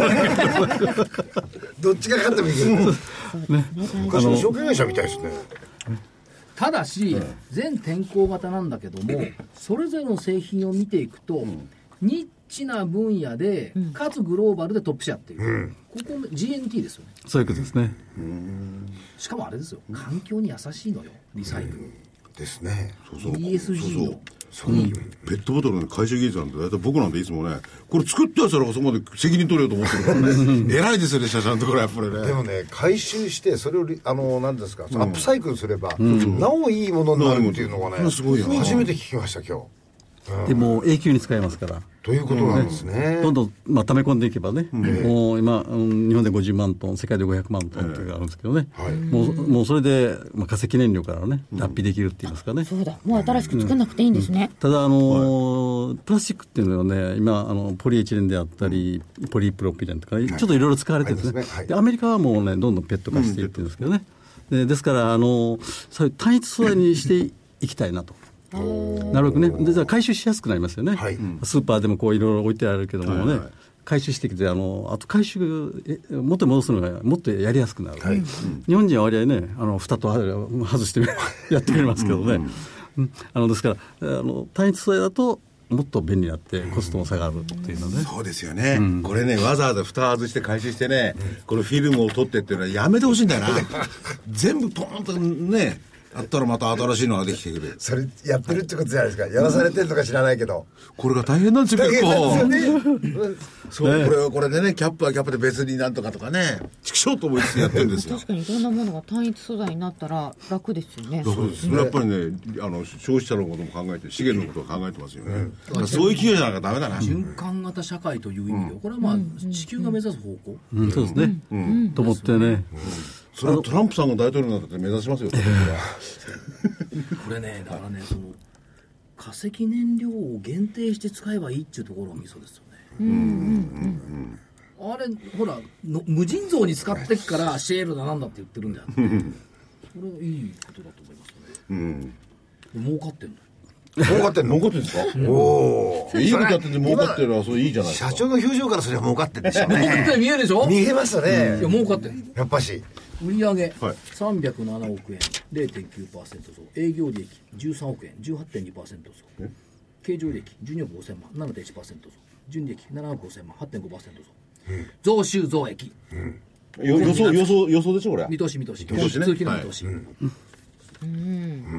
どっちが勝ってもいいけどね、昔の証券会社みたいですね。 ただし、うん、全天候型なんだけども、それぞれの製品を見ていくと、うん、ニッチな分野で、うん、かつグローバルでトップシェアっていう、うん、ここ ジーエヌティー ですよね。 そういうことですね。 しかもあれですよ、環境に優しいのよ、リサイクル、うん、 ですね。 そうそう イーエスジー のそうそう、うん、ペットボトルの回収技術なんて大体僕なんていつもね、これ作ったやつらがそこまで責任取れようと思ってるからね偉いですよね社長のところやっぱりね。 でもね、回収してそれをあの何ですか、うん、アップサイクルすれば、うん、なおいいものになるっていうのがね、うん、すごい初めて聞きました今日。 うん、でも永久に使えますからということなんですね。 うん、どんどん、まあ、溜め込んでいけばね、うん、もう今、うん、日本でごじゅうまんトン、世界でごひゃくまんトンっていうのがあるんですけどね、えーはい、もうもうそれで、まあ、化石燃料からね脱皮できるって言いますかね、うん、 そうだ、もう新しく作らなくていいんですね、 うん、ただあのーはい、プラスチックっていうのはね、今あのポリエチレンであったり、うん、ポリプロピレンとか、ね、はい、ちょっといろいろ使われてるんですね、はい、でアメリカはもうねどんどんペット化していってるんですけどね、うん、でですからあのそういう単一素材にしていきたいなとなるべくね、でじゃあ回収しやすくなりますよね、はい、スーパーでもこういろいろ置いてあるけどもね、はいはい、回収してきて、あのあと回収元に戻すのがもっとやりやすくなる、はい、日本人は割合ね、あの蓋と外してやってくれますけどね、うん、あのですからあの単一素材だともっと便利になってコストも下がるっていうのね、 そうですよね、うん、これねわざわざ蓋外して回収してね、うん、このフィルムを取ってっていうのはやめてほしいんだよな全部ポーンとねやったらまた新しいのができてくる。 それやってるってことじゃないですか。やらされてるのか知らないけど、 これが大変なんですよ結構。 大変なんですよねそう、ね、これはこれでね、キャップはキャップで別になんとかとかね、ちくしょうと思いつつやってるんですよ確かにいろんなものが単一素材になったら楽ですよね。 そうですね、やっぱりね、あの消費者のことも考えて資源のことを考えてますよね、うん、そういう企業じゃなきゃダメだな。 循環型社会という意味で、うん、これはまあ、うん、地球が目指す方向、 うんうん、そうですね、うんうん、と思ってね、うん、 それはトランプさんが大統領になったって目指しますよこれね、だからね、その化石燃料を限定して使えばいいっていうところがミソですよね。うんうんうんうん、あれほらの無尽蔵に使ってっからシェールだなんだって言ってるんだよ、ね、それはいいことだと思いますね、うん、儲かってんの儲かってんの儲かってんですか、うん、おいいことやってて儲かってるのはそれいいじゃないですか。 社長の表情からそれは儲かってるでしょうね儲かって見えるでしょ。 見えますよね、うん、 いや儲かってるやっぱし売上さんびゃくななおくえん れいてんきゅうパーセント 増、営業利益じゅうさんおくえん じゅうはちてんにパーセント 増、経常利益じゅうにおくごせんまん ななてんいちパーセント 増、純利益ななおくごせんまん はちてんごパーセント 増、うん、増収増益、 うん、よ予想予想予想でしょこれ。 見通し見通し見通し、ね、通期の見通し、はい、うんうん、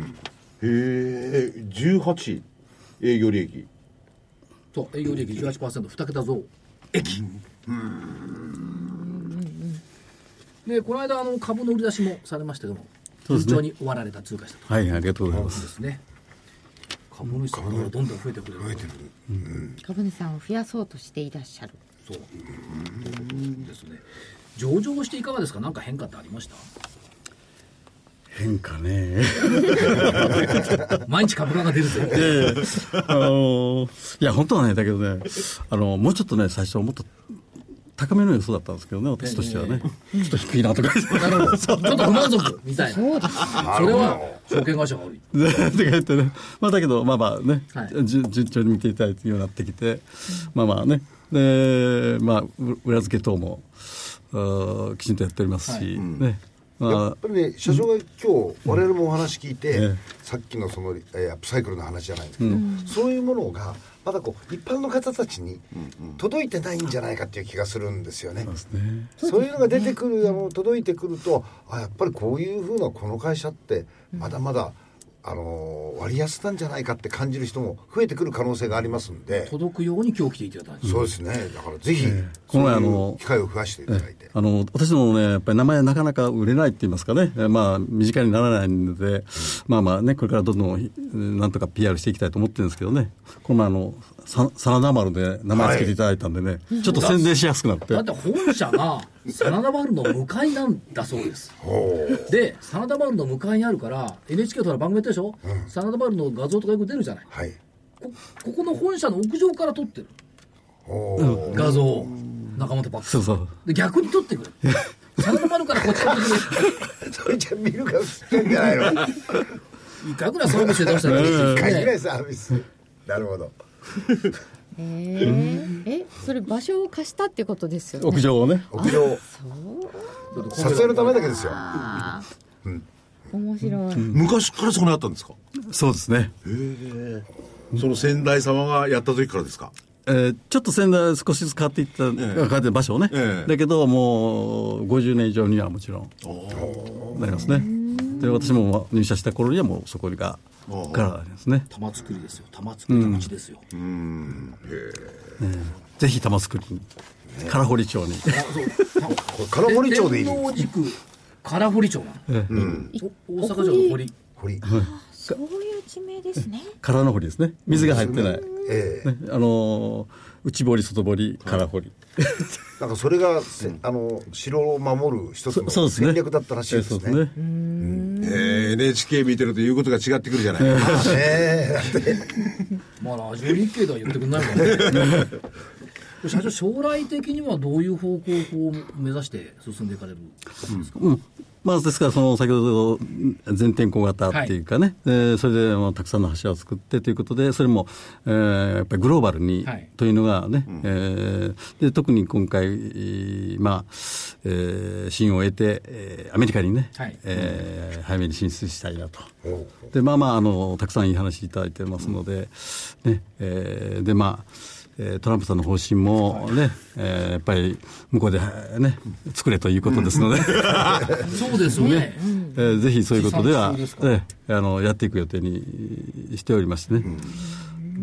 へえじゅうはち営業利益、 そう営業利益 じゅうはちパーセント に桁増益、うんうんでこの間あの株の売り出しもされましたけども、順調に終わられた通過したと。 はい、ありがとうございます。 ですね。株主さんがどんどん増えてくる。増えてくる。 うん、株主さんを増やそうとしていらっしゃる。 そう。うんですね。上場していかがですか。何か変化ってありました？ 変化ね。 毎日株価が出るぜ。 えー、あのー、いや本当はねだけどね、あのもうちょっとね最初はもっと高めの予想だったんですけどね、私としてはね、えー、ちょっと低いなとかなるほどちょっと不満足みたいな。そうです。それは証券会社が悪いって言ってね、まあだけどまあまあね、はい、順調に見ていただいてようになってきて、うん、まあまあね、でまあ裏付け等もきちんとやっておりますし、はい、ね、 やっぱりね、社長が今日我々もお話聞いて、うん、さっきのその、えー、アップサイクルの話じゃないんですけど、うん、そういうものがまだこう一般の方たちに届いてないんじゃないかっていう気がするんですよね。うんうん、そういうのが出てくる、あの届いてくると、あ、やっぱりこういうふうなこの会社ってまだまだ、あの割安なんじゃないかって感じる人も増えてくる可能性がありますんで、 届くように今日来ていただいて、 そうですね、だからぜひ、えー、このあの機会を増やしていただいて、 えー、あの私のねやっぱり名前なかなか売れないって言いますかね、えー、まあ身近にならないので、うん、まあまあねこれからどんどんなんとか ピーアール していきたいと思ってるんですけどね、このあの真田丸で名前つけていただいたんでね、はい、ちょっと宣伝しやすくなって、 だって本社が真田丸の向かいなんだそうですで真田丸の向かいにあるから エヌエイチケー とか番組やってるでしょ、うん、真田丸の画像とかよく出るじゃない、はい、こ, ここの本社の屋上から撮ってる画像を中本パックそうそうで逆に撮ってくる真田丸からこっち撮ってくるそれじゃ見るかすってんじゃないのいかぐらいサービスで出したらいいですか、ね、いかぐらいサービスなるほどえー、えそれ場所を貸したってことですよね。 屋上をね、 屋上撮影のためだけですよ、 うん、面白い、うん、 昔からそこにあったんですか。 そうですね。 へえ。その先代様がやった時からですか。 えー、ちょっと先代少しずつ変わっていった、えー、変わって場所をね、えー、だけどもうごじゅうねん以上にはもちろんなりますね。で私も入社した頃にはもうそこがからですね。 玉造りですよ。玉造り玉地ですよ。うん。うんへえ。ぜひ玉造りに、唐堀町に。 唐堀町でいい。 天王寺区唐堀町なの。ええ、うん。大阪城の堀。 堀。 そういう地名ですね。 空の堀ですね。水が入ってない。ええ。あの内堀外堀空堀。 なんかそれが、あの城を守る一つの戦略だったらしいですね。そうですね。 うん、えー、エヌエイチケー 見てると言うことが違ってくるじゃない。 えー、まあラジオ日経では言ってくれないもんね。社長将来的にはどういう方向を目指して進んでいかれるんですか。 うんうんまあ、ですからその先ほど全天候型っていうかね、はいえー、それでもたくさんの柱を作ってということでそれも、えー、やっぱりグローバルに、はい、というのがね、うんえー、で特に今回、まあえー、信用を得て、えー、アメリカにね、はいえー、早めに進出したいなとでまあまああのたくさんいい話いただいてますので、ねえー、でまあトランプさんの方針もね、はいえー、やっぱり向こうで、ね、作れということですのでそうですね、ねえー、ぜひそういうことでは、えー、あのやっていく予定にしておりましてね、 うん、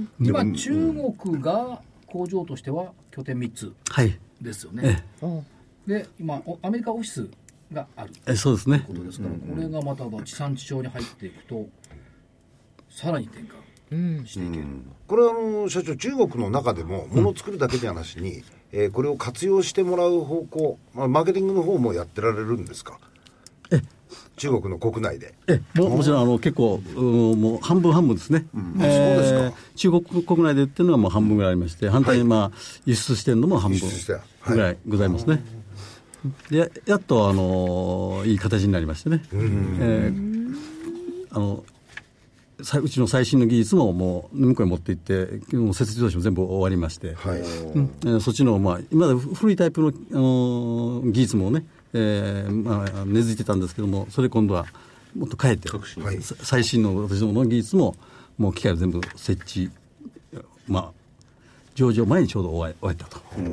今中国が工場としては拠点みっつですよね、はい、で今アメリカオフィスがあるえそうですねということですから、これがまた地産地消に入っていくとさらに転換うんしていける、うん、 これはあの社長中国の中でも物を作るだけじゃなしに、うんえー、これを活用してもらう方向、まあ、マーケティングの方もやってられるんですか。え中国の国内でえ も, もちろんあの結構もう半分半分ですね、うんえー、そうですか。中国国内で売ってるのはもう半分ぐらいありまして反対に、まあ、輸出してるのも半分ぐらいございますね、はい、で や, やっとあのいい形になりましてね、うんえー、あのうちの最新の技術ももう向こうに持っていってもう設置投資も全部終わりまして、はいうん、そっちの、まあ、今まで古いタイプの、あの技術もね、えーまあ、根付いてたんですけどもそれ今度はもっと変えて、はい、最新の私どもの技術ももう機械を全部設置、まあ、上場前にちょうど終えたと。うん、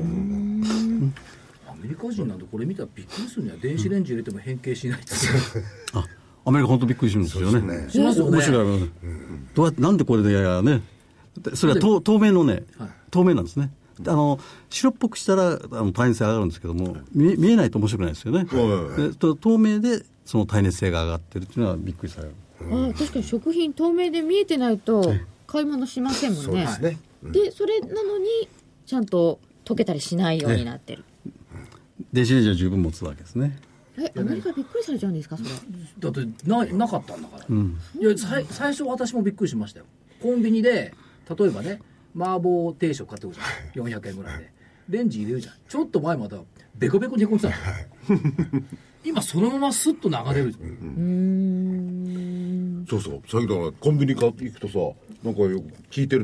アメリカ人なんてこれ見たらびっくりするには電子レンジ入れても変形しないってあアメリカ本当びっくりするんですよね。 しますよね。面白い。どうやってなんでこれでやね。それは透透明のね、はい、透明なんですね。あの白っぽくしたらあの耐熱性上がるんですけども、見, 見えないと面白くないですよね。はい、で透明でその耐熱性が上がってるっていうのはびっくりされる。 あ確かに食品透明で見えてないと買い物しませんもんね。そうですね。うん、でそれなのにちゃんと溶けたりしないようになってる。 ね、電子レンジは十分持つわけですね。 えアメリカびっくりされちゃうんですかそれ。 だって な, なかったんだから、うん、いや最初私もびっくりしましたよ。コンビニで例えばね麻婆定食買ってくるじゃんよんひゃくえんぐらいでレンジ入れるじゃん。ちょっと前またベコベコにへこんでたの今そのままスッと流れる、うん、 そうそう。先ほどコンビニ買って行くとさなんか聞いてると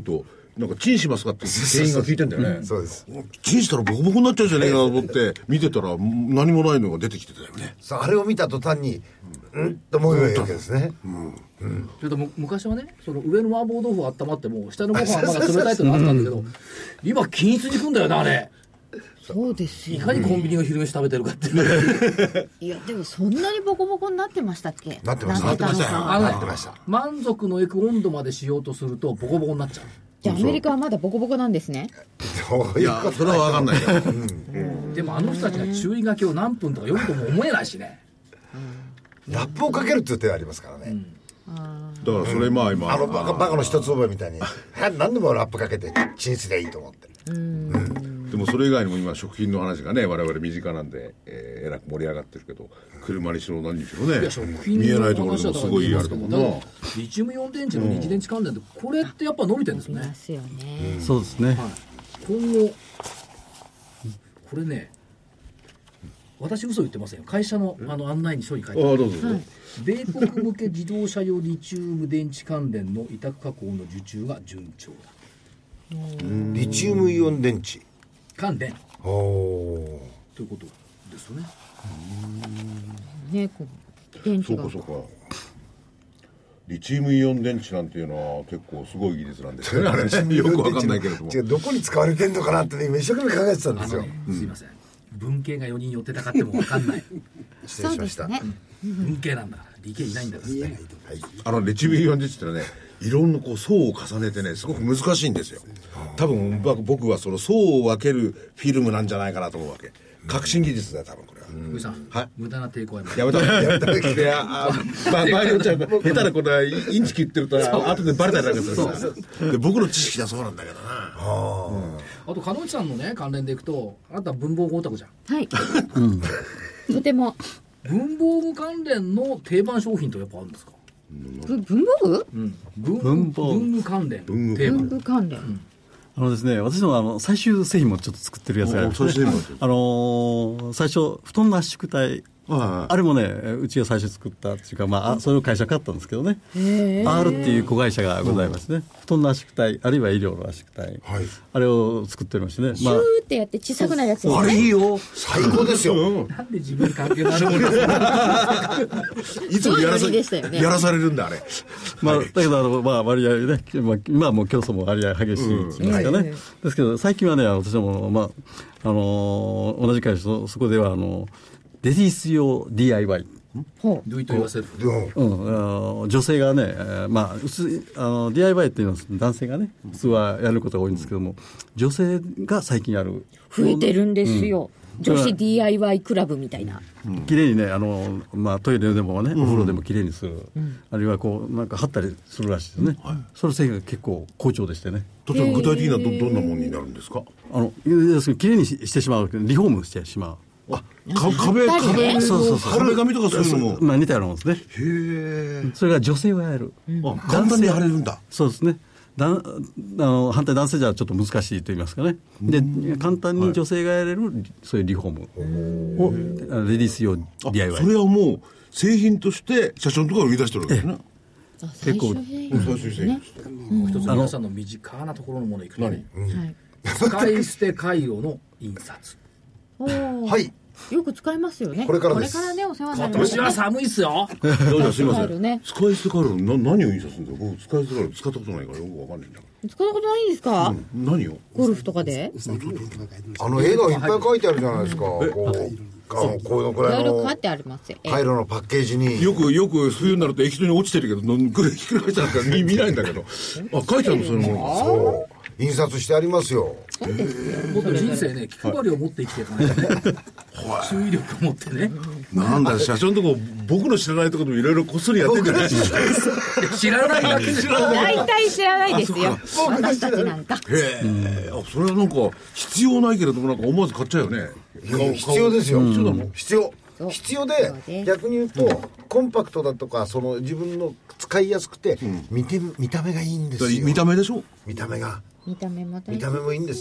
なんかチンしますかって店員が聞いてんだよね。 そうです。 チンしたらボコボコになっちゃうじゃねえかと思って見てたら何もないのが出てきてたよね。 さあ、あれを見た途端にうん、と思うわけですね。うんうん、ちょっと昔はね、その上の麻婆豆腐が温まっても下のご飯はまだ冷たいってのがあったんだけど、今均一に食うんだよなあれ。 そうですよ、ね、 いかにコンビニが昼飯食べてるかっていやでもそんなにボコボコになってましたっけ。 なってましたなってましたなってました。満足のいく温度までしようとするとボコボコになっちゃう。 じゃあアメリカはまだボコボコなんですね。 いやそれは分かんないよ、うんうん、でもあの人たちが注意書きを何分とか読むとも思えないしね、 うん、ラップをかけるっていう手がありますからね、うん、 だからそれまあ今、 うん、あのバカバカの一つ覚えみたいに何でもラップかけてチンすりゃいいと思って、うん、 うんでもそれ以外にも今食品の話がね我々身近なんで、えー、えらく盛り上がってるけど車にしろ何にしろね見えないところでもすごいあると思うな。 リチウムイオン電池の二次電池関連でこれってやっぱ伸びてるんですね。 ですよね、 うん、そうですね、はい、 今後これね私嘘言ってませんよ。会社のあの案内に書に書いてある。ああどうぞ、はい、米国向け自動車用リチウム電池関連の委託加工の受注が順調だ。 リチウムイオン電池関連おということですよね。 ねこう電池がそうかそうか。リチウムイオン電池なんていうのは結構すごい技術なんですよね。あれよくわかんないけれども。 違うどこに使われてんのかなってね今一生懸命考えてたんですよ。 ねうん、すいません。文系がよにん寄ってたかってもわかんない。 失礼しました。 ねうん、文系なんだから理系いないんだからね。はい、 あのリチウムイオン電池ってのはね。いろんなこう層を重ねてねすごく難しいんですよ。多分僕はその層を分けるフィルムなんじゃないかなと思うわけ。革新技術だよ多分これは。 宇井さん、はい、無駄な抵抗はやめたやめたやめたいやあ場合によっちゃ下手なことはインチキ言ってると後でバレたりなんかするからで僕の知識はそうなんだけどな。あ、 うん、あと鹿野内さんのね関連でいくとあなたは文房具オタクじゃん。 はい、うん、とても文房具関連の定番商品とやっぱあるんですか。 文房具、 うん、文房文具関連文具関連、うん、 あのですね私のあの最終製品もちょっと作ってるやつがあるんですね。あのー、最初布団の圧縮体あ, あれもねうちが最初作ったっていうか、まあ、それを会社買ったんですけどね アール っていう子会社がございますね、うん、布団の圧縮体あるいは医療の圧縮体、はい、あれを作っておりましてね、 シューってやって小さくなるやつですね。 あれいいよ最高ですよ、 うん、なんで自分に関係のあるものいつもやらさ、ね、やらされるんだあれ、 まあ、だけどあの、まあ、割合ね、まあ、今はもう競争も割合激しいですかね、うんはい、ですけど最近はね私はもう、まああのー、同じ会社そこではあのレディース用 ディーアイワイどういった言わせる、 うん、女性がね、えーまあ、あの ディーアイワイ っていうのは男性がね普通はやることが多いんですけども女性が最近やる増えてるんですよ、うん、女子 ディーアイワイ クラブみたいな、 うん、きれいにねあの、まあ、トイレでもね、うん、お風呂でもきれいにする、うん、あるいはこうなんか貼ったりするらしいですね、うんはい、その製品が結構好調でしてね。 例えば具体的には ど, どんなものになるんですか。 あのきれいにしてしまうリフォームしてしまうあか壁壁のそうそうそう壁紙とかそういうのも、 まあ、似たようなもんですね。 へえ。 それが女性はやる、 うん、あ簡単に貼れるんだ。 そうですね。だあの反対男性じゃちょっと難しいと言いますかね。で簡単に女性がやれる、はい、そういうリフォームをレディース用 ディーアイワイ。 それはもう製品として社長のところが売り出してるわけですね。 結構最終製品として、 うん、一つ皆さんの身近なところのものいくとね、うん、使い捨てカイロの印刷はいよく使いますよね。 これからです。 これからねお世話になる。 今年は寒いっすよ。 いやいやすいません、ね、使い捨てカイロな何を印刷するんですか。僕使い捨てカイロ使ったことないからよくわかんないんだから。 使ったことないんですか、うん、 何をゴルフとかであの絵がいっぱい書いてあるじゃないですか。こうあのこのくらいのカイロのパッケージによくよく冬になると液体に落ちてるけどくるひっくり返したから見, 見ないんだけどあ書いてあるのそういうもの。 そう印刷してありますよ。 もっと人生ね気配りを持って生きていかないとね注意力を持ってね。 なんだ社長のとこ僕の知らないところでもいろいろこっそりやってんじゃないですか。 知らないだけで大体知らないですよ私たちなんか。へえ、うん、それはなんか必要ないけれどもなんか思わず買っちゃうよね。 必要ですよ。 必要だもん。 必要必要で逆に言うと、うん、コンパクトだとかその自分の使いやすくて、うん、見て見た目がいいんですよ。 見た目でしょ。 見た目が見た目も見た目もいいんです。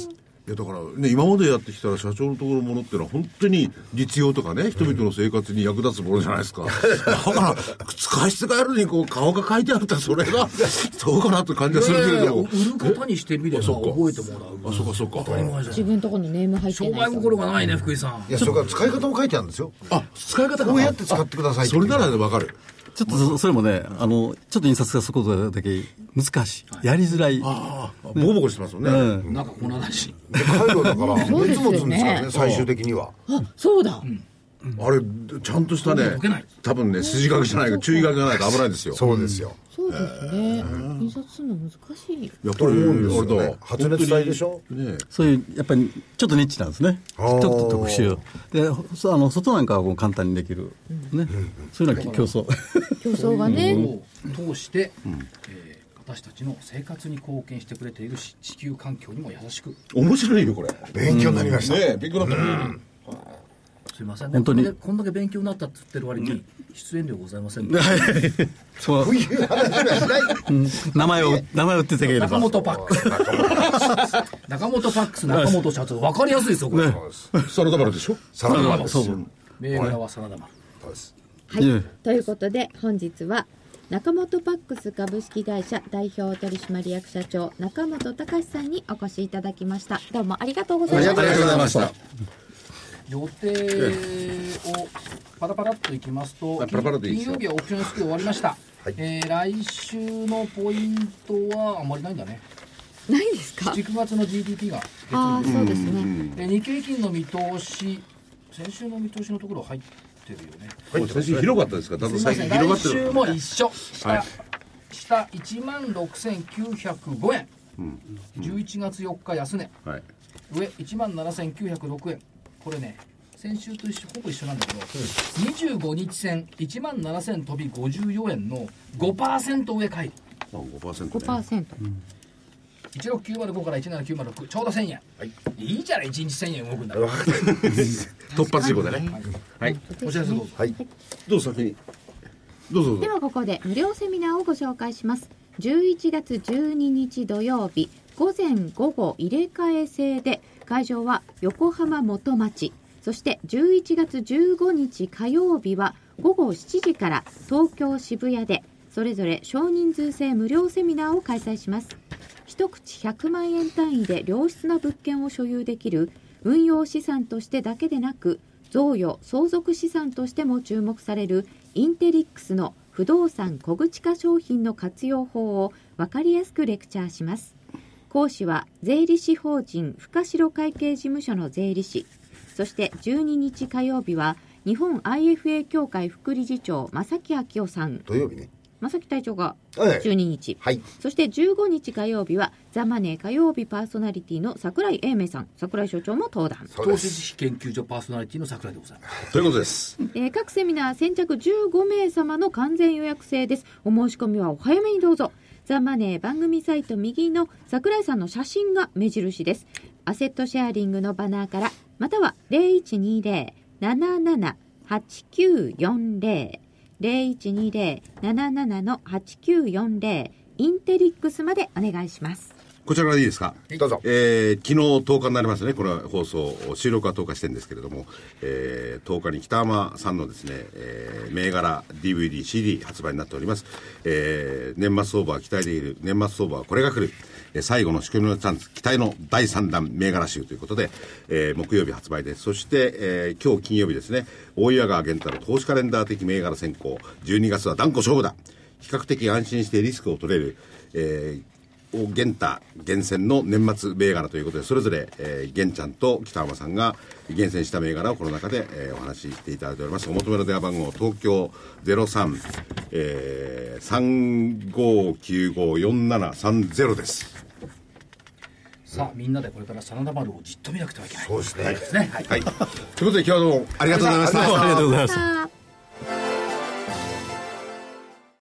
いやだからね、今までやってきたら社長のところのものっていうのは本当に実用とかね、人々の生活に役立つものじゃないですか。だから使い捨てがあるのにこう顔が書いてあるってそれがそうかなって感じがするけれども、 売る方にしてみれば覚えてもらう。 あ、そうかそうか。 当たり前じゃん。 自分のところのネーム入ってない商売心がないね、福井さん。 いや、それから使い方も書いてあるんですよ。 あ、使い方こうやって使ってくださいって。 それならね、わかる。 ちょっとそれもね、あの、ちょっと印刷がすることだけ難しい。やりづらい。 ああ、ボコボコしてますもんね。 うん。 なんか粉だし。 回路だからそうですよね熱持つんですからね、最終的には。 あ、そうだ。 あれ、ちゃんとしたね溶けない、 多分ね、筋書きじゃないか、注意書きがないと危ないですよ。 そうですよ。 そうですね。印刷するの難しい。 やっぱり、俺と、 発熱体でしょ。 ね、 そういう、やっぱり、ちょっとニッチなんですね。ちょっと特殊。で、そあの、外なんかはこう簡単にできる。ね。そういうのは競争。 競争がね。 を通して、えー私たちの生活に貢献してくれているし地球環境にも優しく。 面白いよ、これ。 勉強になりました。 ね、勉強になった。 すいませんね。 本当にこんだけこんだけ勉強になったって言ってる割に出演料ございませんね。 そう。 こういう話はしない。 名前を、名前を売ってたければ。 中本パックス。中本パックス中本社長、わかりやすいですよこれ。 サラダバルでしょ。 サラダバルです。 そうそう。 銘柄はサラダマル。 そうです。 はいいえ。 ということで本日は中本パックス株式会社代表取締役社長中本隆さんにお越しいただきました。どうもありがとうございました。 ありがとうございました。 予定をパラパラっといきますと、 あパラパラでいいですよ金曜日はオプション エスキュー 終わりました、 はいえー来週のポイントはあんまりないんだね。 ないですか。 しち、くがつの ジーディーピー がああ、そうですね。 で日経平均の見通し、先週の見通しのところ入ってるよね。 はい、先週広かったですか。だんだん最すいません、来近広がってる。 週も一緒。下、 はい下いちまんろくせんきゅうひゃくごえん、じゅういちがつよっか安値、 はい。 上いちまんななせんきゅうひゃくろくえん。これね、先週と一緒ほぼ一緒なんだけど、にじゅうごにち線いちまんななせん飛びごじゅうよんえんの ごパーセント 上回あ、ごパーセントごね。 パーセント。 いちろくきゅうまるごからいちななきゅうまるろく、ちょうどせんえん、 はい。 いいじゃない、いちにちせんえん動くんだから。 突発事故でね。はい。 お知らせどうぞ。 はい。 どうぞ先に。どうぞどうぞ。 ではここで無料セミナーをご紹介します。じゅういちがつじゅうににち土曜日午前午後入れ替え制で、会場は横浜元町、そしてじゅういちがつじゅうごにち火曜日は午後しちじから東京渋谷でそれぞれ少人数制無料セミナーを開催します。一口ひゃくまんえん単位で良質な物件を所有できる運用資産としてだけでなく、贈与相続資産としても注目されるインテリックスの不動産小口化商品の活用法を分かりやすくレクチャーします。講師は税理士法人深代会計事務所の税理士、そしてじゅうににち火曜日は日本 アイエフエー 協会副理事長正木昭夫さん、 土曜日ね。 正木隊長がはいじゅうににち、 はい。 そしてじゅうごにち火曜日はザ・マネー火曜日パーソナリティの櫻井英明さん、櫻井所長も登壇。 投そうです。 資知識研究所パーソナリティの桜井でございます。 ということです。 えー各セミナー先着じゅうごめいさまの完全予約制です。お申し込みはお早めにどうぞ。ザ・マネー番組サイト右の櫻井さんの写真が目印です。アセットシェアリングのバナーから、または ゼロいちにゼロ なななな はちきゅうよんゼロ ゼロいちにゼロ なななな はちきゅうよんゼロインテリックスまでお願いします。 こちらからいいですか。 どうぞ。 えー、昨日とおかになりましたね、この放送、収録はとおかしてるんですけれども、えー、とおかに北浜さんのですね、えー、銘柄 ディーブイディー、シーディー 発売になっております。えー、年末相場は期待できる、年末相場はこれが来る、えー、最後の仕組みのチャンス、期待のだいさんだん銘柄集ということで、えー、木曜日発売です。そして、えー、今日金曜日ですね、大岩川源太の投資カレンダー的銘柄選考、じゅうにがつは断固勝負だ。比較的安心してリスクを取れる、えー玄太厳選の年末銘柄ということで、それぞれ、えー、玄ちゃんと北浜さんが厳選した銘柄をこの中で、えー、お話ししていただいております。お求めの電話番号東京 ゼロさん さんごきゅうご よんななさんゼロです。 さあみんなでこれから真田丸をじっと見なくてはいけない。 そうですね。 ですね。はい。 はい、ということで今日はどうもありがとうございました。 ありがとうございました。